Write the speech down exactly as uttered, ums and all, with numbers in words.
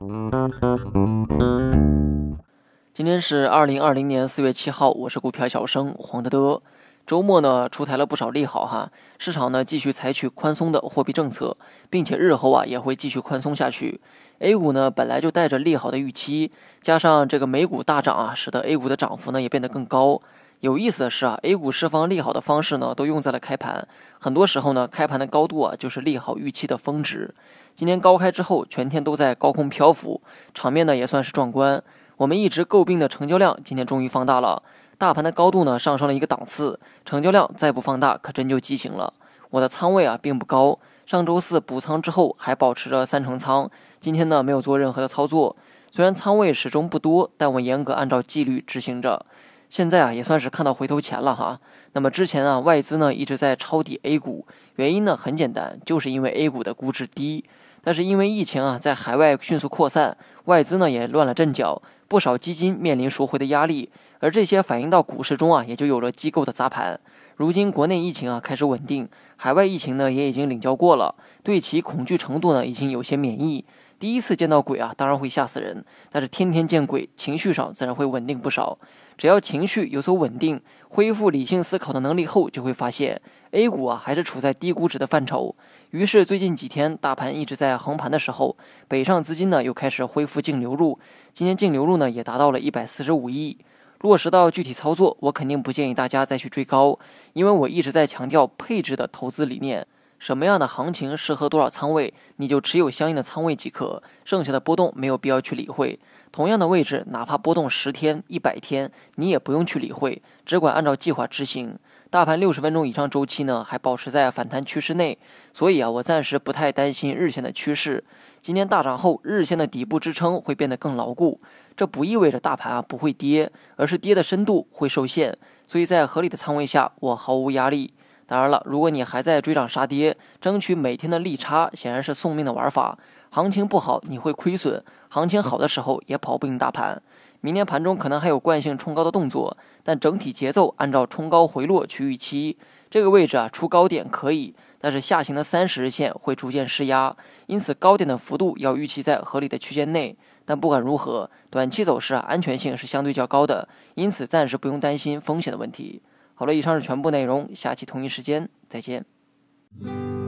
今天是二零二零年四月七号，我是股票小生黄德德。周末呢出台了不少利好哈，市场呢继续采取宽松的货币政策，并且日后啊也会继续宽松下去。A 股呢本来就带着利好的预期，加上这个美股大涨啊，使得 A 股的涨幅呢也变得更高。有意思的是啊 ，A 股释放利好的方式呢都用在了开盘，很多时候呢开盘的高度啊就是利好预期的峰值。今天高开之后，全天都在高空漂浮，场面呢也算是壮观。我们一直诟病的成交量今天终于放大了，大盘的高度呢上升了一个档次，成交量再不放大可真就畸形了。我的仓位啊并不高，上周四补仓之后还保持着三成仓，今天呢没有做任何的操作。虽然仓位始终不多，但我严格按照纪律执行着。现在啊也算是看到回头钱了哈。那么之前啊外资呢一直在抄底 A 股，原因呢很简单，就是因为 A 股的估值低。但是因为疫情啊在海外迅速扩散，外资呢也乱了阵脚，不少基金面临赎回的压力，而这些反映到股市中啊，也就有了机构的砸盘。如今国内疫情啊开始稳定，海外疫情呢也已经领教过了，对其恐惧程度呢已经有些免疫。第一次见到鬼啊，当然会吓死人，但是天天见鬼，情绪上自然会稳定不少。只要情绪有所稳定，恢复理性思考的能力后，就会发现 A 股啊还是处在低估值的范畴。于是最近几天大盘一直在横盘的时候，北上资金呢又开始恢复净流入，今天净流入呢也达到了一百四十五亿。落实到具体操作，我肯定不建议大家再去追高，因为我一直在强调配置的投资理念。什么样的行情适合多少仓位，你就持有相应的仓位即可，剩下的波动没有必要去理会。同样的位置，哪怕波动十天、一百天，你也不用去理会，只管按照计划执行。大盘六十分钟以上周期呢，还保持在反弹趋势内，所以啊，我暂时不太担心日线的趋势。今天大涨后，日线的底部支撑会变得更牢固，这不意味着大盘啊不会跌，而是跌的深度会受限，所以在合理的仓位下，我毫无压力。当然了，如果你还在追涨杀跌，争取每天的利差，显然是送命的玩法。行情不好你会亏损，行情好的时候也跑不赢大盘。明天盘中可能还有惯性冲高的动作，但整体节奏按照冲高回落去预期。这个位置啊出高点可以，但是下行的三十日线会逐渐施压，因此高点的幅度要预期在合理的区间内。但不管如何，短期走势啊安全性是相对较高的，因此暂时不用担心风险的问题。好了，以上是全部内容，下期同一时间再见。